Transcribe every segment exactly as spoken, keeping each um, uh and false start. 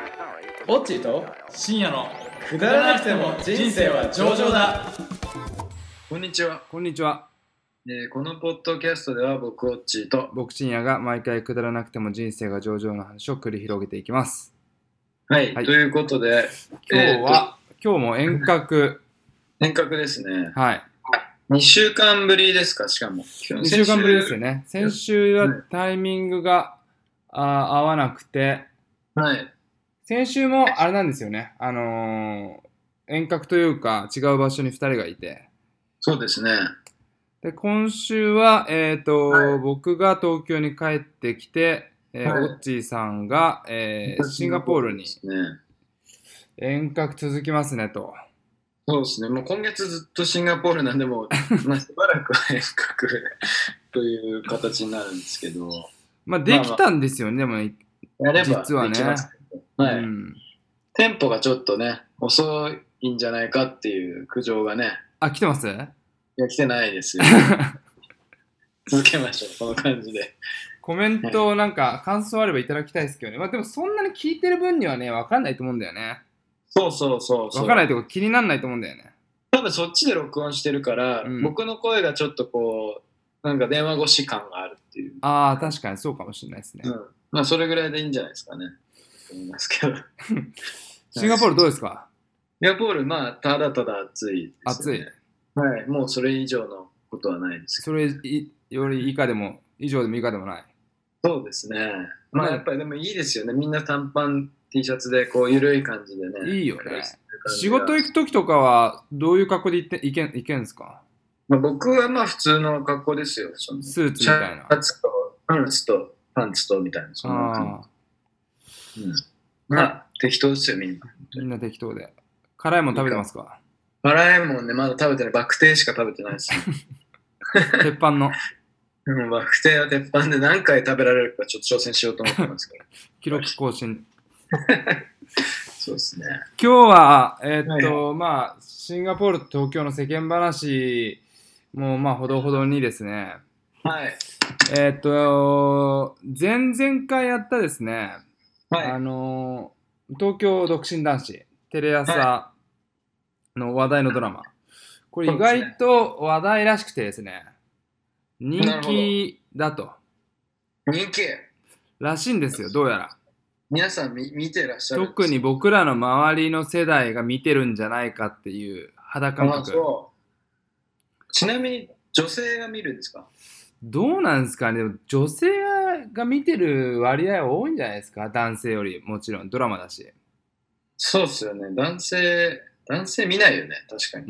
オッチーと深夜のくだらなくても人生は上々だ。 こんにちは、 こんにちは。 えーこのポッドキャストでは僕オッチーと僕深夜が毎回くだらなくても人生が上々の話を繰り広げていきます。 はい、 はいということで今日は、えー、今日も遠隔遠隔ですね。 はいにしゅうかんぶりですか。しかもにしゅうかんぶりですよね。先週はタイミングが、あ合わなくて、 はい、 先週もあれなんですよね、あのー、遠隔というか違う場所にふたりがいて、 そうですね。 で今週は、えーとはい、 僕が東京に帰ってきて、えーはい、 オッチーさんが、えー、シンガポールに遠隔続きますねと。 そうですね。もう今月ずっとシンガポールなんで、もう、まあ、しばらくは遠隔という形になるんですけど、 まあできたんですよね、 まあまあ、 でもやれば実はね、 できますけど、はい、 うん、 テンポがちょっとね遅いんじゃないかっていう苦情がね。 あ、来てます？いや、来てないですよ。続けましょう、この感じで。 コメントなんか感想あればいただきたいですけどね。まあでもそんなに聞いてる分にはね、わかんないと思うんだよね。 そうそうそうそう。 わかんないとこ気にならないと思うんだよね。 多分そっちで録音してるから、 うん、 僕の声がちょっとこう、なんか電話越し感があるっていう。 ああ、確かにそうかもしれないですね。 うん、まあそれぐらいでいいんじゃないですかね。と思いますけど。 シンガポールどうですか？ シンガポール、まあただただ暑いですよね。 暑い。 はい、もうそれ以上のことはないですけど。 それより以下でも、以上でも以下でもない。 そうですね。まあやっぱりでもいいですよね。みんな短パン T シャツでこう緩い感じでね。 いいよね。仕事行くときとかはどういう格好で行って行け行けんですか？ まあ、僕はまあ普通の格好ですよ。そのスーツみたいな。 シャツとパンツとパンツとみたいな。そんな感じ。うん、まあ適当ですよ、みんな。 みんな適当で。辛いもん食べてますか？ 辛いもんね、まだ食べてない。バクテーしか食べてないです、ね。 鉄板の。 うん、バクテーは鉄板で何回食べられるかちょっと挑戦しようと思ってますけど。 記録更新。 そうですね。 今日は、えー、っと、 はいはい、 まあ、シンガポールと東京の世間話も、まあ、ほどほどにですね、 はい。 えー、っと、前々回やったですね、 はい、 あの、東京独身男子、テレ朝の話題のドラマ、これ意外と話題らしくてですね、人気だと。 人気らしいんですよ、どうやら。 皆さん見見てらっしゃるんですか？ 特に僕らの周りの世代が見てるんじゃないかっていう肌感覚。 ちなみに女性が見るんですか？ どうなんですかね。でも女性が見てる割合は多いんじゃないですか、男性より。もちろんドラマだし。 そうっすよね。男性男性見ないよね、確かに。 うん。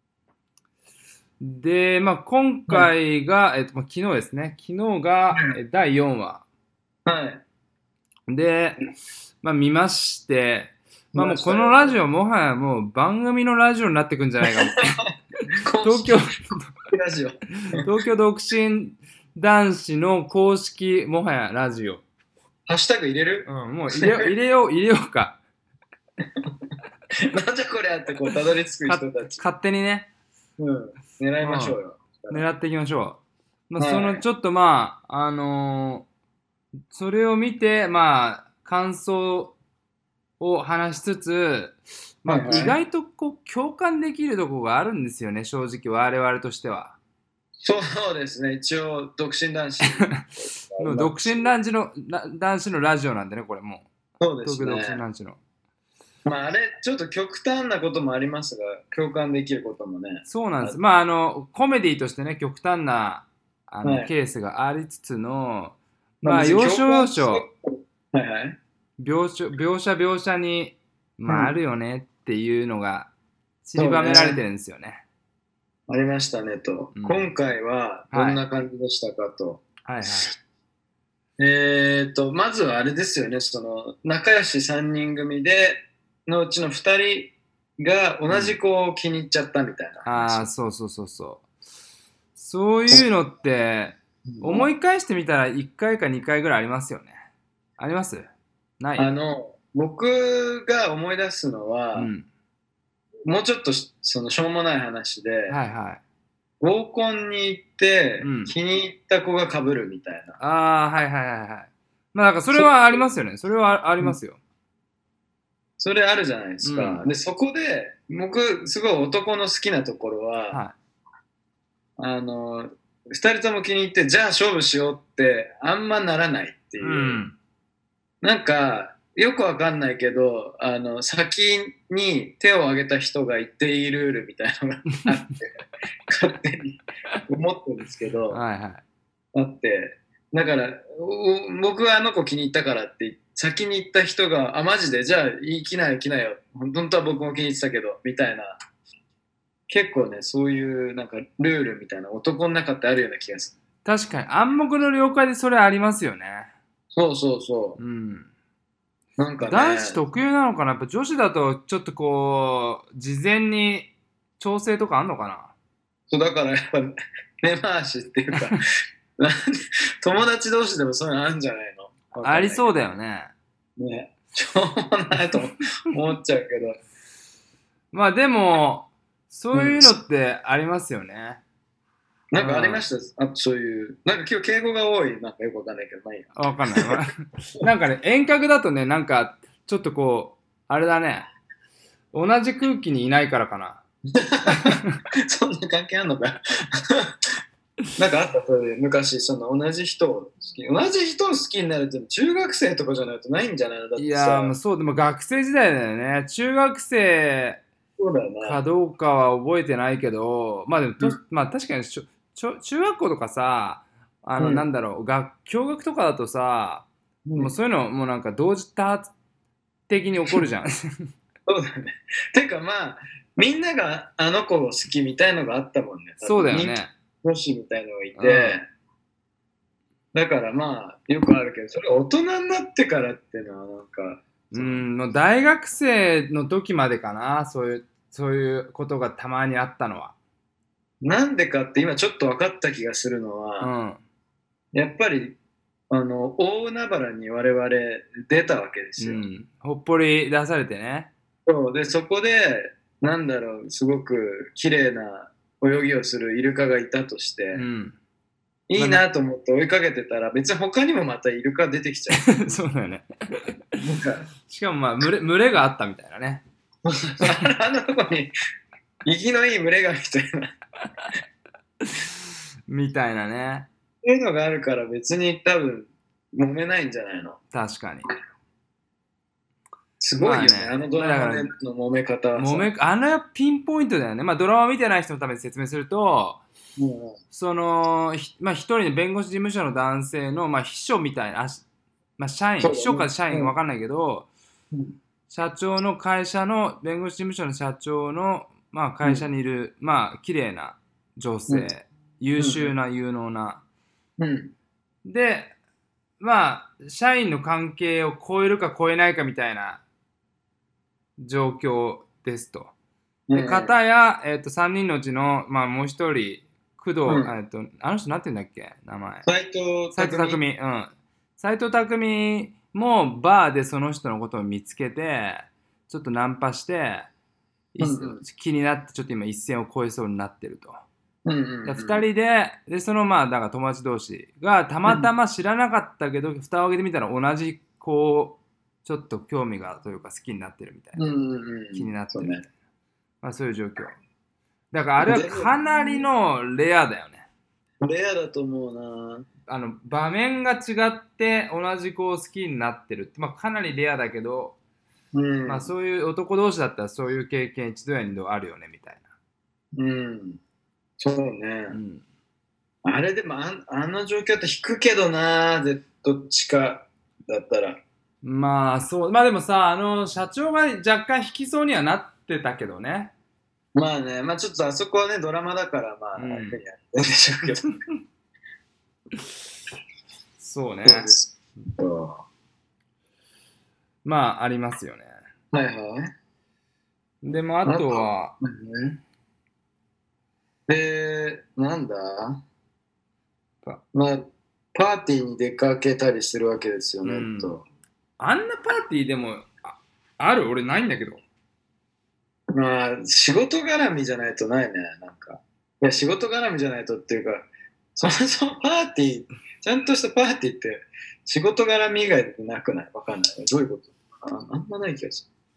で、まあ、今回が、はい、えっと、昨日ですね。昨日がだいよんわ。 はい。 で、まあ、見まして、まあ、もうこのラジオもはやもう番組のラジオになってくんじゃないかも。東京ラジオ東京独身男子の公式もはやラジオ。 ハッシュタグ入れる？ うん、もう入れ入れよう入れようか。 なんじゃこりゃってこうたどり着く人たち。 勝手にね。 うん、狙いましょうよ。 うん、狙っていきましょう。まあ、はい、そのちょっとまああのー、それを見てまあ感想を話しつつ、まあ、はいはい、意外とこう共感できるところがあるんですよね、正直我々としては。 そうですね、一応独身男子の独身男子の男子のラジオなんでね、これもう。そうですね。 東京独身男子の。 まああれちょっと極端なこともありますが、共感できることもね。 そうなんです。まああのコメディとしてね、極端なあの、はい、ケースがありつつの、まあ要所要所、 はいはい、 描写描写描写に、まあ、あるよねっていうのが散りばめられてるんですよね。 ありましたねと、うん、今回はどんな感じでしたかと。 はいはいはい、 えーとまずはあれですよね、その仲良しさんにん組でのうちのふたりが同じ子を気に入っちゃったみたいな、 うん、ああそうそうそうそう、そういうのって思い返してみたらいっかいかにかいぐらいありますよね。あります？ない？ あの僕が思い出すのは、うん、もうちょっとそのしょうもない話で、 はいはい、 合コンに行って、うん、気に入った子が被るみたいな。 ああはいはいはいはい。まあなんかそれはありますよね。それはありますよ。 それあるじゃないですか。 うんで、そこで、僕、すごい男の好きなところは、 はあの、二人とも気に入って、じゃあ勝負しようってあんまならないってい。 いう。 うん。 なんか、よくわかんないけど、あの、先に手を挙げた人が一定いルールみたいなのがあって、勝手に思ってるんですけど、 はいはい。 あって、だから、お僕はあの子気に入ったからって、先に行った人が、あ、マジで、じゃあ、行きなよ、行きなよ。本当は僕も気に入ってたけど、みたいな。結構ね、そういう、なんか、ルールみたいな、男の中ってあるような気がする。 確かに暗黙の了解でそれありますよね。 そうそうそう。 うん。 なんかね、 男子特有なのかな。やっぱ女子だとちょっとこう事前に調整とかあんのかな。 そうだからやっぱ根回しっていうかなん友達同士でもそういうのあるんじゃないの。 ありそうだだよね。 ね。しょうもないと思っちゃうけど。 まあでもそういうのってありますよね。 なんかありました、あそういう。なんか今日敬語が多い。なんかよくわかんないけど、まあいいや。 わかんない。なんかね、遠隔だとね、なんかちょっとこう、あれだね、同じ空気にいないからかな。 そんな関係あんのかなんかあった、それで昔、その同じ人を好き、同じ人を好きになるって中学生とかじゃないとないんじゃないの。だってさ、 いやー、もうそう、でも学生時代だよね。中学生そうだよね。 かどうかは覚えてないけど、まあでもと、 うんまあ確かにしょちょ中学校とかさ、あの、 うんなんだろう、学共学とかだとさ、 うんもうそういうのもうなんか同時多発的に起こるじゃん。 そうだね。てかまあ、みんながあの子を好きみたいのがあったもんね。 そうだよね。 女子みたいのがいて、だからまあ、よくあるけど、それ大人になってからっていうのはなんか、 うん、もう大学生の時までかな、そういう、そういうことがたまにあったのは。 なんでかって今ちょっと分かった気がするのうは、 ん。 やっぱり、あの、大海原に我々出たわけですよ。 うん。ほっぽり出されてね。 そうで、そこで、なんだろう、すごく綺麗な泳ぎをするイルカがいたとして、 うん。 いいなと思って追いかけてたら、別に他にもまたイルカ出てきちゃう。 そうだよね。 なんか、 しかもまあ群れ、群れがあったみたいなね。 あのとこに、生きのいい群れがみたいな。 みたいなね。 そういうのがあるから別に多分揉めないんじゃないの。 確かに。 すごいよね、 まあねあのドラマでの揉め方はさ。 もめあのピンポイントだよね。まあドラマ見てない人のために説明すると、 うんその、ひまあ、一人の弁護士事務所の男性の、まあ、秘書みたいな、あしまあ、社員、 そうだね秘書か社員うんか分かんないけど、 うん社長の会社の、弁護士事務所の社長の、まあ、会社にいる、まあ、綺麗な女性、 うん優秀な、有能な。 うんで、まあ、社員の関係を超えるか超えないかみたいな状況ですと。で、片や、えっと、さんにんのうちの、まあ、もう一人、工藤、 うんえっと、あの人なんて言うんだっけ名前。 斎藤斎藤匠。うん。斎藤匠もバーでその人のことを見つけて、ちょっとナンパして、いうんうん気になってちょっと今一線を越えそうになってると。 うんうんうんでふたりで、で、そのまあ、だから友達同士がたまたま知らなかったけど、蓋を開けてみたら同じ、こう、ちょっと興味がというか好きになってるみたいな。 うんうんうん気になってそうねるみたいな。まあ、そういう状況。だからあれはかなりのレアだよね。 レアだと思うな。 あの場面が違って同じ子を好きになってるって、まあ、かなりレアだけど、 うんまあ、そういう男同士だったらそういう経験一度や二度あるよねみたいうんそうね、 な。うんあれでもああの状況って引くけどな、ぜどっちかだったら。 まあそう、まあでもさ、あの社長が若干引きそうにはなってたけどね。 まあね、まあちょっとあそこはね、ドラマだから、まあ、 うんああいうふうにやってるんでしょうけど。 そうね。 そうですはまあありますよね。 いはい。 でもあとは、 うんで、なんだパまあ、パーティーに出かけたりするわけですよね、 うんと。 あんなパーティーでもあある俺ないんだけど。 まあ、仕事絡みじゃないとないね、なんか。いや、仕事絡みじゃないとっていうか、そもそもパーティー、ちゃんとしたパーティーって仕事絡み以外でなくないわかんない。どういうことああんまない気がす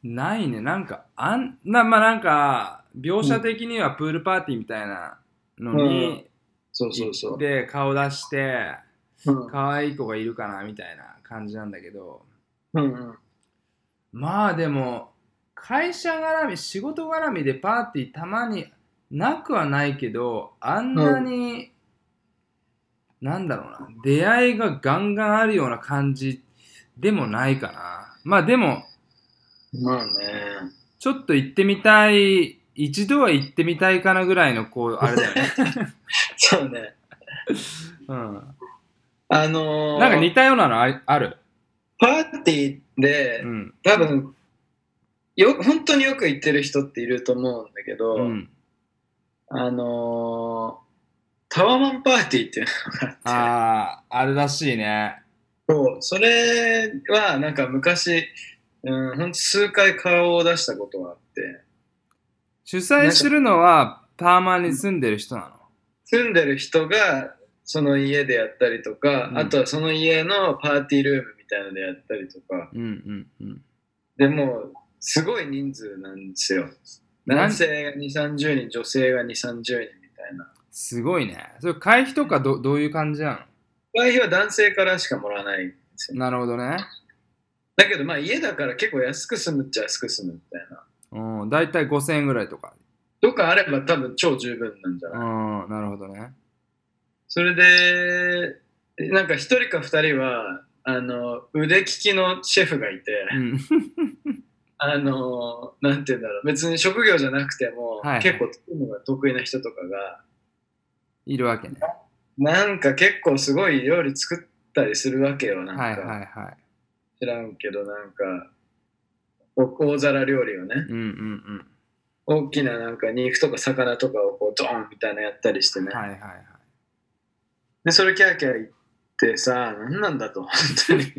ないね。なんか、あんな、まあなんか、描写的にはプールパーティーみたいなのにそうそうそ行っう。 て顔出して、 うん可愛い子がいるかなみたいな感じなんだけど、 うんうん。 まあでも、会社絡み、仕事絡みでパーティーたまになくはないけど、あんなに、なんだろうな、出会いがガンガンあるような感じでもないかな。まあでも、 まあね。 ちょっと行ってみたい、一度は行ってみたいかなぐらいの、こう、あれだよね。 そうね。 うん。 あのー、 なんか似たようなのありあるパーティーで、 うん。 多分よ、本当によく行ってる人っていると思うんだけど、 うん。 あのー、タワマンパーティーっていうのがあって、 ああ、あるらしいね。 そうそれはなんか昔、うん、ほんと数回顔を出したことがあって、 主催するのはパーマに住んでる人なの。 住んでる人がその家でやったりとか、 うんあとはその家のパーティールームみたいのでやったりとか、 うんうんうん。 でもすごい人数なんですよ。男性がにじゅう、さんじゅうにん、女性がにじゅう、さんじゅうにんみたいな。 すごいね。それ会費とかどどういう感じな会費は男性からしかもらわないんですよ。 の？なるほどね。 だけどまあ家だから結構安く済むっちゃ安く済むみたいな。 うん、だいたいごせんえんぐらいとか。 とかあれば多分超十分なんじゃうない？ ん、なるほどね。 それで、なんか一人か二人は、あの、腕利きのシェフがいて、 うん。 あの、なんて言うんだろう、別に職業じゃなくても、 はいはい結構作るのが得意な人とかが、 いるわけね。 なんか結構すごい料理作ったりするわけよ、なんか。 はいはいはい。 知らんけど、なんか、お大皿料理をね、 うんうん大きななんか肉とか魚とかをこうドーンみたいなやったりしてね。 うん。はいはいはい。 で、それキャーキャー言ってさ、何なんだと、本当に。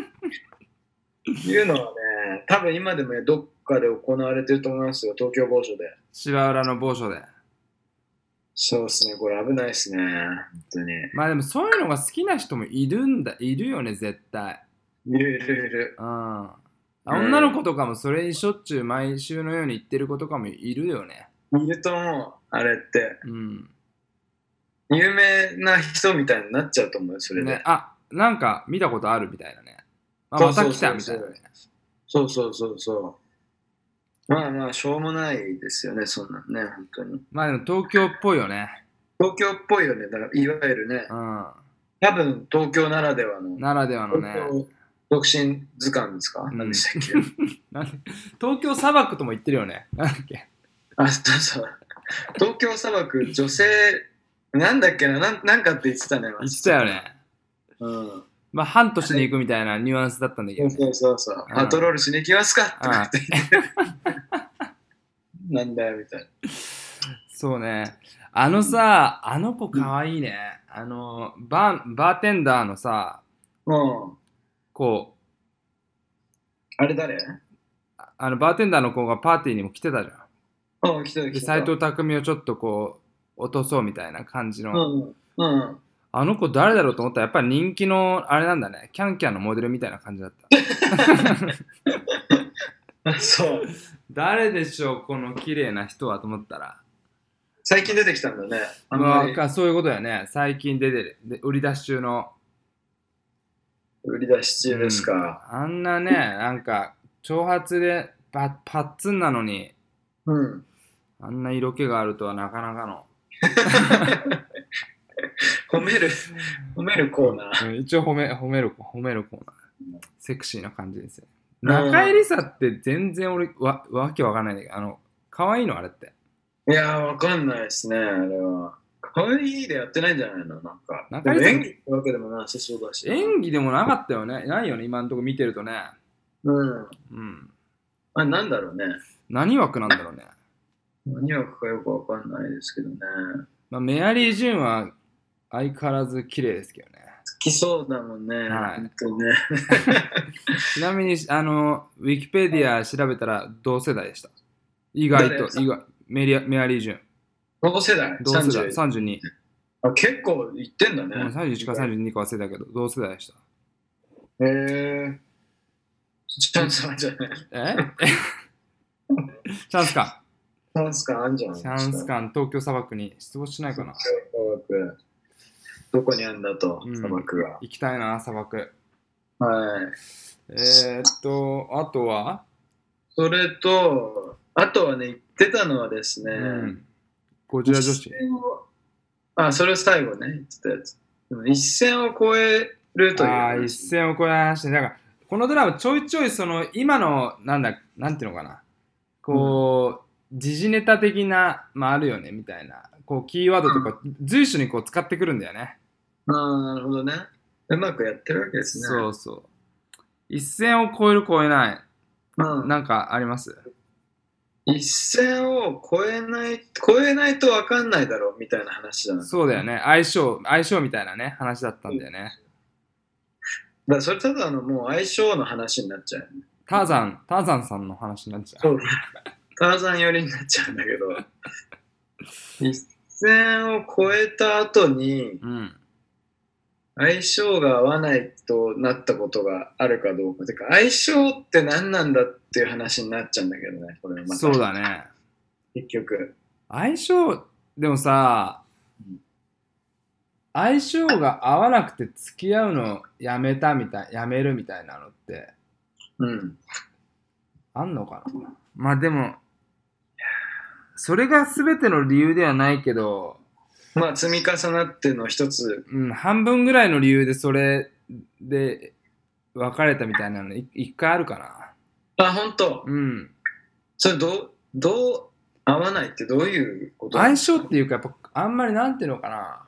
いうのはね、多分今でもどっかで行われてると思いますよ、東京某所で。 芝浦の某所で。 そうですね、これ危ないですね、本当に。 まあでもそういうのが好きな人もいるんだ、いるよね、絶対。 いるいるいる。 うん。 うん女の子とかもそれにしょっちゅう毎週のように言ってる子とかもいるよね。 いると思う、あれって。 うん。 有名な人みたいになっちゃうと思うよ、それで。 ね、あ、なんか見たことあるみたいなね。あ、 そうそうまた来たそうそうみたいなね。 そうそうそうそう。まあまあ、しょうもないですよね、そんなんね、本当に。 まあでも東京っぽいよね。 東京っぽいよね、だからいわゆるね、 うん。 多分東京ならではの。 ならではのね。 東京独身図鑑ですか、 うん何でしたっけなんで東京砂漠とも言ってるよね。なんだっけ。 あ、そうそう。東京砂漠、女性、なんだっけな、なんなんかって言ってたね。 言ってたよね。 うん。 まあ半年に行くみたいなニュアンスだったんだけど、ね。 そうそうそうそう。 うんパトロールしに行きますかとかあって言って。なんだよ、みたいな。 そうね。あのさ、あの子かわいいね。あの、バー、バーテンダーのさ、 うん。 こあれ誰う、あの、バーテンダーの子がパーティーにも来てたじゃん。 うん、来たで、 来た。 斎藤匠をちょっとこう、落とそうみたいな感じの。 うん。うん。 あの子誰だろうと思ったら、やっぱり人気の、あれなんだね。キャンキャンのモデルみたいな感じだった。 あ、そう。 誰でしょう、この綺麗な人はと思ったら。 最近出てきたんだね。あんまりまあ、そういうことだよね。最近出てる。で売り出し中の。 売り出し中ですか。 うんあんなね、なんか、長髪でパパッツンなのに、 うん。 あんな色気があるとはなかなかの。 褒める、褒めるコーナー。 うん一応褒め褒める褒めるコーナー。セクシーな感じですよ。 ん中井りさって全然俺わわけわかんないんだけど、あの、可愛いのあれって。 いやー、わかんないですね、あれは。可愛いでやってないんじゃないのなんか。 中井さんでも演技ってわけでもなさそうだし。 演技でもなかったよね。ないよね、今のところ見てるとね。 うん。 うん。 あれ、なんだろうね。 何枠なんだろうね。 何枠かよくわかんないですけどね。 まあ、メアリー・ジュンは相変わらず綺麗ですけどね。 好きそうだもんね。 はい本当にね。 ちなみに、あの、ウィキペディア調べたら同世代でした。意外と、 誰意外メリアメアリー・ジュン。 同世代同世代、 さんじゅうさんじゅうに。 あ、結構いってんだね。 うんさんじゅういちかさんじゅうにか忘れたけど、同世代でした。 へえ。 チャンスあんじゃないえチャンスか。 チャンス感あんじゃないチャンス感、東京砂漠に出没しないかな。 砂漠。どこにあんだと、 うん砂漠が。 行きたいな、砂漠。 はい。 えー、っと、あとは、 それと、あとはね、言ってたのはですね、 うん、ゴジラ女子。 一線をあ、それ最後ね、言ってたやつ。でも一線を越えるというああ、 話。 一線を越えない話ね。だから、このドラマちょいちょいその、今の、なんだ、なんていうのかな。こう、時事ネタ的な、まああるよね、みたいな。こう、キーワードとか、随所にこう使ってくるんだよね。 ああ、なるほどね。うまくやってるわけですね。 そうそう。一線を越える越えない。 うん、 なんかあります？ 一線を越えない、越えないと分かんないだろうみたいな話じゃない。 そうだよね。相性、相性みたいなね、話だったんだよね。 だからそれただのもう相性の話になっちゃうよね。 ターザン、ターザンさんの話になっちゃう。 そう。ターザン寄りになっちゃうんだけど、一線を越えた後にうん。 相性が合わないとなったことがあるかどうか。てか、相性って何なんだっていう話になっちゃうんだけどね、これはまた。 そうだね。 結局。 相性、でもさ、相性が合わなくて付き合うのやめたみたい、やめるみたいなのってうん。 あんのかな。まあでも、それが全ての理由ではないけど、 まあ、積み重なっての一つ。 うん、半分ぐらいの理由でそれで別れたみたいなのい一回あるかあ、本当。 な。うん。 それどう、どう合わないってどういうことな相んですか？ 性っていうか、やっぱあんまりなんていうのかな。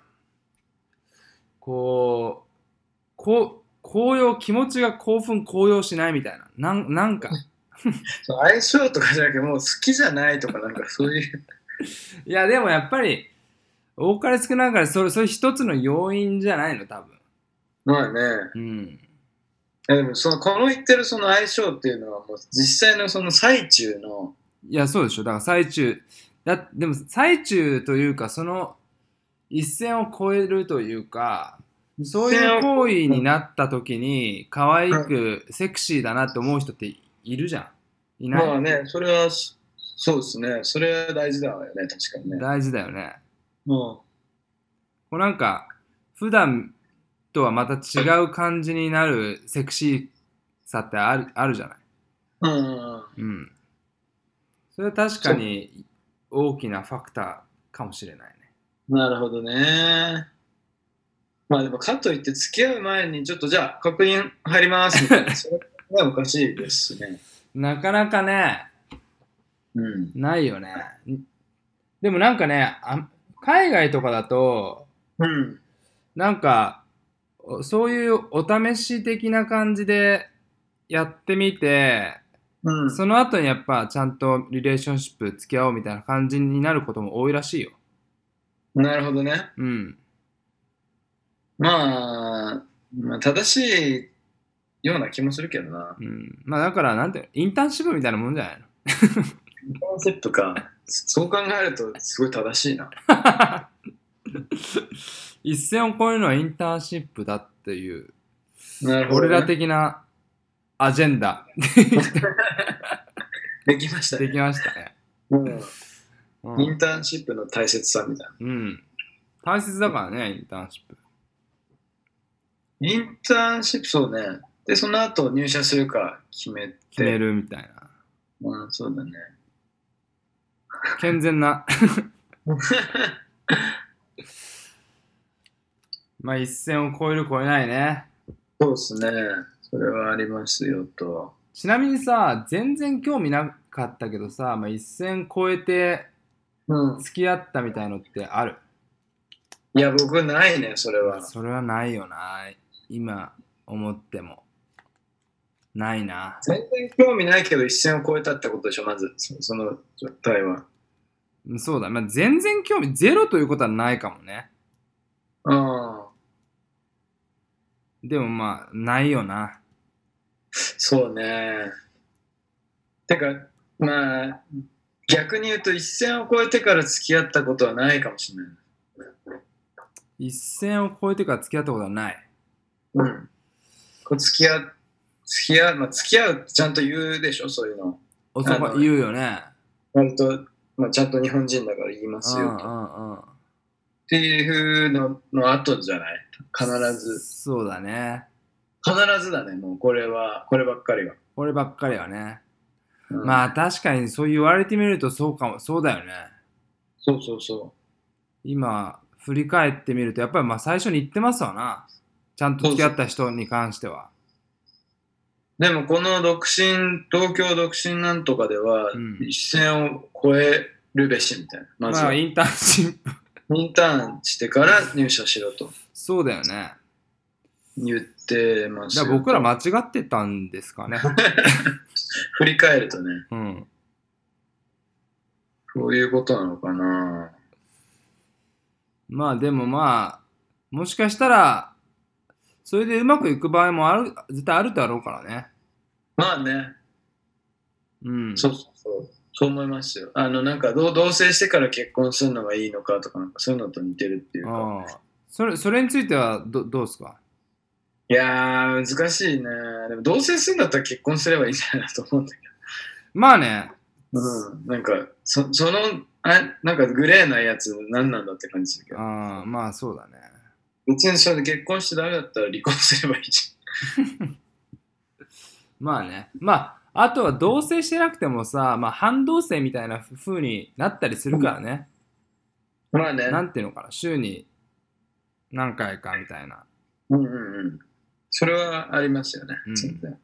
こう、こう、高揚、気持ちが興奮高揚しないみたいな。なん、なんか。 そう相性とかじゃなくて、もう好きじゃないとか、なんかそういう。 いや、でもやっぱり、多かれ少なかれ、それ、それ一つの要因じゃないの、多分。 まあね。 うん。 いやでもその、この言ってるその相性っていうのは、もう実際のその最中の、 いや、そうでしょ。だから最中、だでも最中というか、その一線を越えるというか、そういう行為になった時に、可愛くセクシーだなって思う人っているじゃん。いない？ まあね、それは、そうですね。それは大事だよね、確かにね。 大事だよね。 もこうなんか、普段とはまた違う感じになるセクシーさってある、あるじゃない。 う、うんうんうん。 うん。それは確かに大きなファクターかもしれないね。 なるほどね。まあでも、かといって付き合う前に、ちょっとじゃあ、確認入りますみたいな、それはおかしいですしね。 なかなかね、 うん。 ないよね。でもなんかね、あ海外とかだと、 うん。 なんか、そういうお試し的な感じでやってみて、 うん。 その後にやっぱちゃんとリレーションシップ付き合おうみたいな感じになることも多いらしいよ。 なるほどね。 うん。 まあ、まあ、正しいような気もするけどな。 うん。まあだから、なんていうの、インターンシップみたいなもんじゃないの？ コンセプトか。そう考えるとすごい正しいな。 一線を越えるのはインターンシップだっていう、 なるほど、ね。 俺ら的なアジェンダできましたね。 できましたね。 うんうん、 インターンシップの大切さみたいな。 うん。大切だからね、インターンシップ。 インターンシップ、そうね。で、その後入社するか決めて。 決めるみたいな。 うん、そうだね。 健全な。まあ一線を越える越えないね。 そうですね。それはありますよと。 ちなみにさ、全然興味なかったけどさ、まあ、一線越えてうん。 付き合ったみたいのってある？ いや、僕ないね、それは。 それはないよな。今思っても。ないな。 全然興味ないけど一線を越えたってことでしょ、まず。そその状態は。 そうだ。まあ、全然興味ゼロということはないかもね。 うん。 でもまあ、ないよな。 そうね。てか、まあ、逆に言うと一線を越えてから付き合ったことはないかもしれない。 一線を越えてから付き合ったことはない。 うん。こう付き合っ付き合う、まあ、付き合うってちゃんと言うでしょ、そういうの。 おそこ言うよね。 割と、まあ、ちゃんと日本人だから言いますよと。 うんうんうん。 っていうのの後じゃない必ず。 そうだね。 必ずだね、もうこれは、こればっかりは。 こればっかりはね。 うん、 まあ確かにそう言われてみるとそうかも、そうだよね。 そうそうそ今、振り返ってみると、やっぱりまあ最初に言ってますわな。ちゃんと付き合った人に関しては。 う。でもこの独身、東京独身なんとかでは、 うん、 一線を越えるべしみたいな。まずは、 まあインターンシップ。 インターンしてから入社しろとそうだよね。 言ってますよ。 だから僕ら間違ってたんですかね。 振り返るとね、 うん。 そういうことなのかな。 まあでもまあ、もしかしたら、それでうまくいく場合もある、絶対あるだろうからね。 まあね、 うん。 そうそうそう。そう思いますよ。あの、なんか同、同棲してから結婚するのがいいのかとか、なんかそういうのと似てるっていうか。 ああ。それ、それについてはど、どうですか？ いやー、難しいね。でも同棲するんだったら結婚すればいいんじゃないかと思うんだけまあね。 ど。うん。なんか、そその、あなんかグレーなやつ何なんだって感じするけど。 ああ、まあそうだね。 別にそれで結婚してダメだったら離婚すればいいじまあね。まあ、あとは同棲してなくてもさ、まあ半同棲みたいな風になったりするからね。 ゃん。まあね。 なんていうのかな。週に何回かみたいな。 うんうんうん。それはありますよね。 うん全然。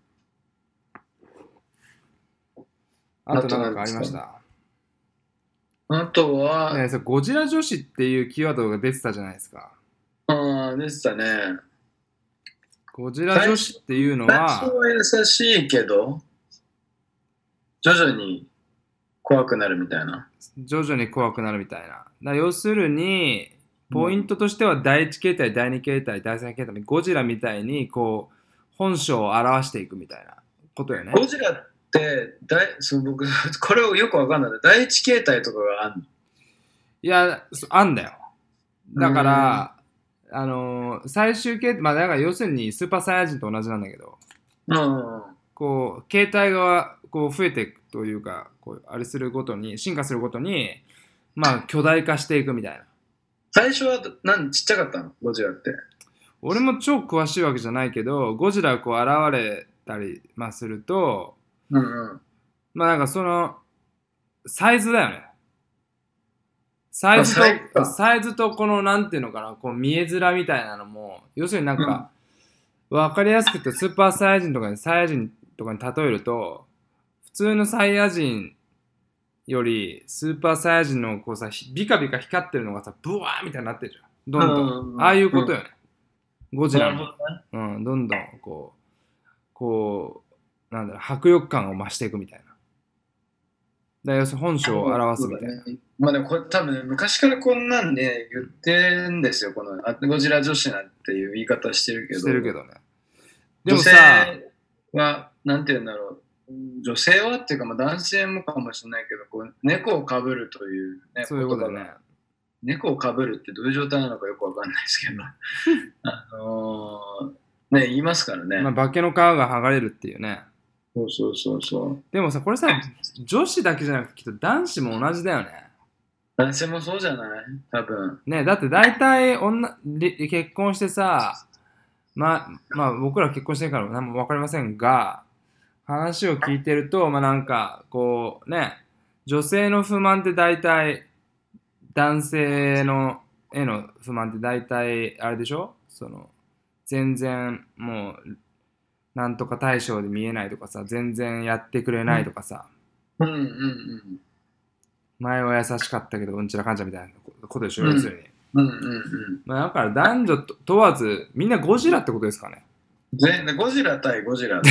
あと何かありました？ あとは、 ねえ、それゴジラ女子っていうキーワードが出てたじゃないですか。 ああ、でしたね。 ゴジラ女子っていうの最は、 初は優しいけど、徐々に怖くなるみたいな。 徐々に怖くなるみたいな。だから要するに、ポイントとしては第一形態、第二形態、第三形態、ゴジラみたいにこう本性を表していくみたいなことよね。 ゴジラってだいそう僕これをよくわかんない。第一形態とかがあるの？ いや、そあんだよ。だから、あのー最終形態、まあだから要するにスーパーサイヤ人と同じなんだけど、 うんこう形態がこう増えていくというか、こうあれするごとに進化するごとに、まあ巨大化していくみたいな。 最初はなんちっちゃかったのゴジラって。 俺も超詳しいわけじゃないけど、ゴジラがこう現れたり、まあ、すると、 うんうん。 まあなんかそのサイズだよね。サイズとあサイズかサイズとこのなんていうのかな、こう見えづらみたいなのも、要するになんか、わかりやすくてスーパーサイヤ人とかにサイヤ人とかに例えると、普通のサイヤ人よりスーパーサイヤ人のこうさ、ビカビカ光ってるのがさ、ブワーみたいになってるじゃん。どんどん。 うんうんうんああいうことよね。ゴジラも。 なるほどね。 うん、どんどんこう、こう、なんだろう、迫力感を増していくみたいな。だから要するに本性を表すみたいな。 ね、まあでもこれ多分昔からこんなんで言ってんですよ。このあゴジラ女子なんていう言い方してるけど。 してるけどね。で女性もさ、 は、なんて言うんだろう。女性はっていうか、まあ男性もかもしれないけど、こう猫をかぶるという、ね、 そういうことだよね。 猫をかぶるってどういう状態なのかよくわかんないですけど、あのー、ね、言いますからね。 まあ、化けの皮が剥がれるっていうね。 そうそうそうそう。 でもさ、これさ、女子だけじゃなくて、きっと男子も同じだよね。 男性もそうじゃない多分。 ね、だって大体女り結婚してさ、まあ、まあ僕ら結婚してるから何も分かりませんが、話を聞いてると、まあなんか、こうね、女性の不満って大体、男性のへの不満って大体、あれでしょ、その、全然もう、なんとか対象で見えないとかさ、全然やってくれないとかさ、 うんうんうん。 前は優しかったけどうんちらかんちゃみたいなことでしょ、要するに。 うんうんうん。 まあ、だから男女と問わず、みんなゴジラってことですかね。 全然ゴジラ対ゴジラ。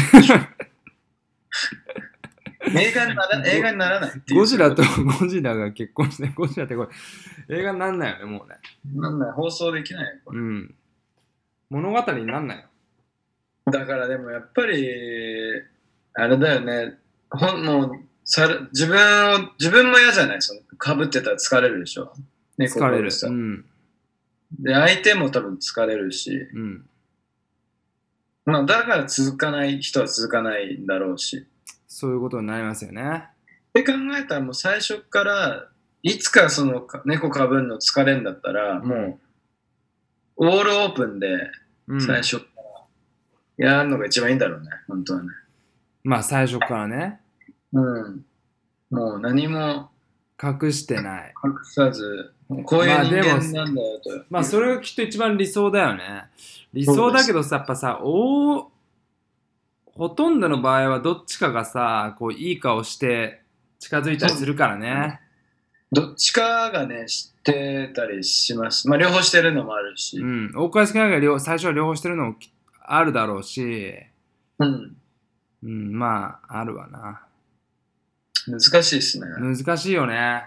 映画になら映画にならないっていう。 ゴジラとゴジラが結婚して、ゴジラってこれ、映画になんないよね、もうね。 なんない、放送できないよこれ。 うん。物語になんないよ。 だからでもやっぱり、あれだよね。ほんもうさ自分を、自分も嫌じゃないそのかぶってたら疲れるでしょ。猫疲れる。 さ、 うん。うん。で、 で、相手も多分疲れるし。 まあ、だから続かない人は続かないんだろうし。 そういうことになりますよね。 って考えたらもう最初からいつかその猫かぶるの疲れんだったらもうオールオープンでうん、 最初からやるのが一番いいんだろうね、本当はね。 まあ最初からね、 うん。もう何も隠してない。 隠さず、こういう人間なんだよと。 まあそれがきっと一番理想だよね。理想だけどさ、やっぱさ、おほとんどの場合はどっちかがさ、こういい顔して近づいたりするからね。 どっちかがね、知ってたりします。まあ両方してるのもあるし。 うん。多かれ少ないが両最初は両方してるのもきあるだろうし、 うん。 うん、まあ、あるわな。 難しいですね。 難しいよね。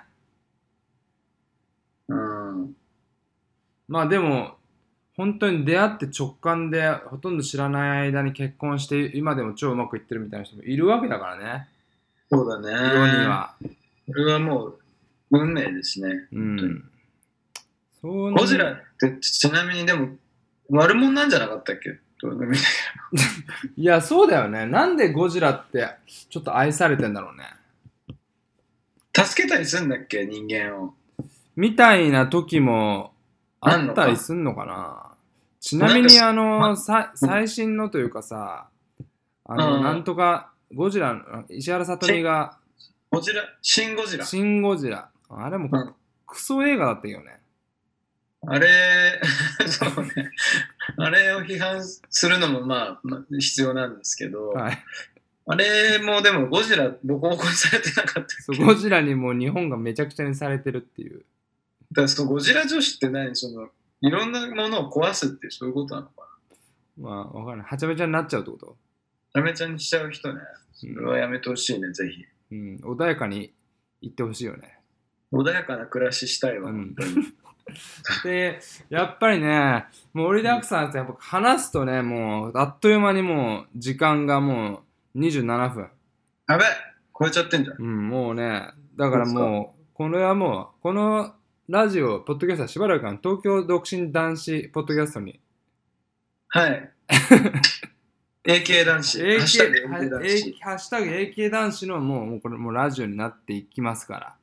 うん。 まあでも、本当に出会って直感でほとんど知らない間に結婚して今でも超うまくいってるみたいな人もいるわけだからね。 そうだね。 世には。 これはもう運命ですね。 う本当にん。そうゴジラってちなみにでも悪者なんじゃなかったっけ？どうでもいいんだいや、そうだよね。なんでゴジラってちょっと愛されてんだろうね。 けど助けたりするんだっけ、人間を。 みたいな時もああんのかったりすんのかな。ちなみにあの、 まさ最新のというかさ、あの、 うんなんとかゴジラの石原さとみがゴジラ、シン・ゴジラ。 シン・ゴジラ。あれもうんクソ映画だったよね。 あれ、そうね。あれを批判するのもまあ、まあ、必要なんですけど、 はい。 あれもでもゴジラボコボコにされてなかったっけ？ そうゴジラにもう日本がめちゃくちゃにされてるっていう。 だからそのゴジラ女子って何、そのいろんなものを壊すってそういうことなのかな。 まあ、わかんない。はちゃめちゃになっちゃうってこと。 やめちゃんにしちゃう人ね。それはやめてほしいね、ぜひ。 うん、穏やかに言ってほしいよね。 穏やかな暮らししたいわ、 うん本当に。 で、やっぱりね、もう盛りだくさんってやっぱ話すとね、もうあっという間にもう時間がもうにじゅうななふん。 やべ、超えちゃってんじゃん。 うん、もうね、だからもう、これはもう、このラジオ、ポッドキャストはしばらく間東京独身男子ポッドキャストに、 はい。エーケー 男子。ハエーケーッシュタグ エーケー 男子。 ハッシュタグ エーケー 男子のもう、もうこれもうラジオになっていきますから、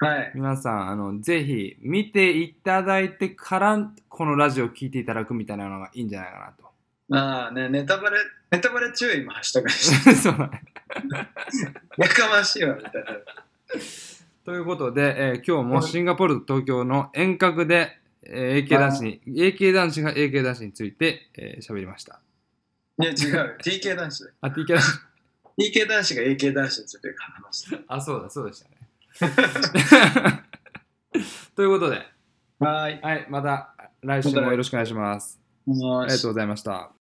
はい。 皆さん、あの、ぜひ見ていただいてからこのラジオを聞いていただくみたいなのがいいんじゃないかなと。 まあね、ネタバレ、ネタバレ注意もハッシュタグにして。 そうだね。 やかましいわ、みたいな。 ということで、えー今日もシンガポールと東京の遠隔で、えー エーケー 男子に、エーケー 男子が エーケー 男子について喋、えー、りました。 いや、違う。ティーケー 男子だよ。 あ、ティーケー 男子。 ティーケー 男子が エーケー 男子について話してる。 あ、そうだ、そうでしたね。ということで、 はーい。 はい、また来週もよろしくお願いします。 お願いしますありがとうございました。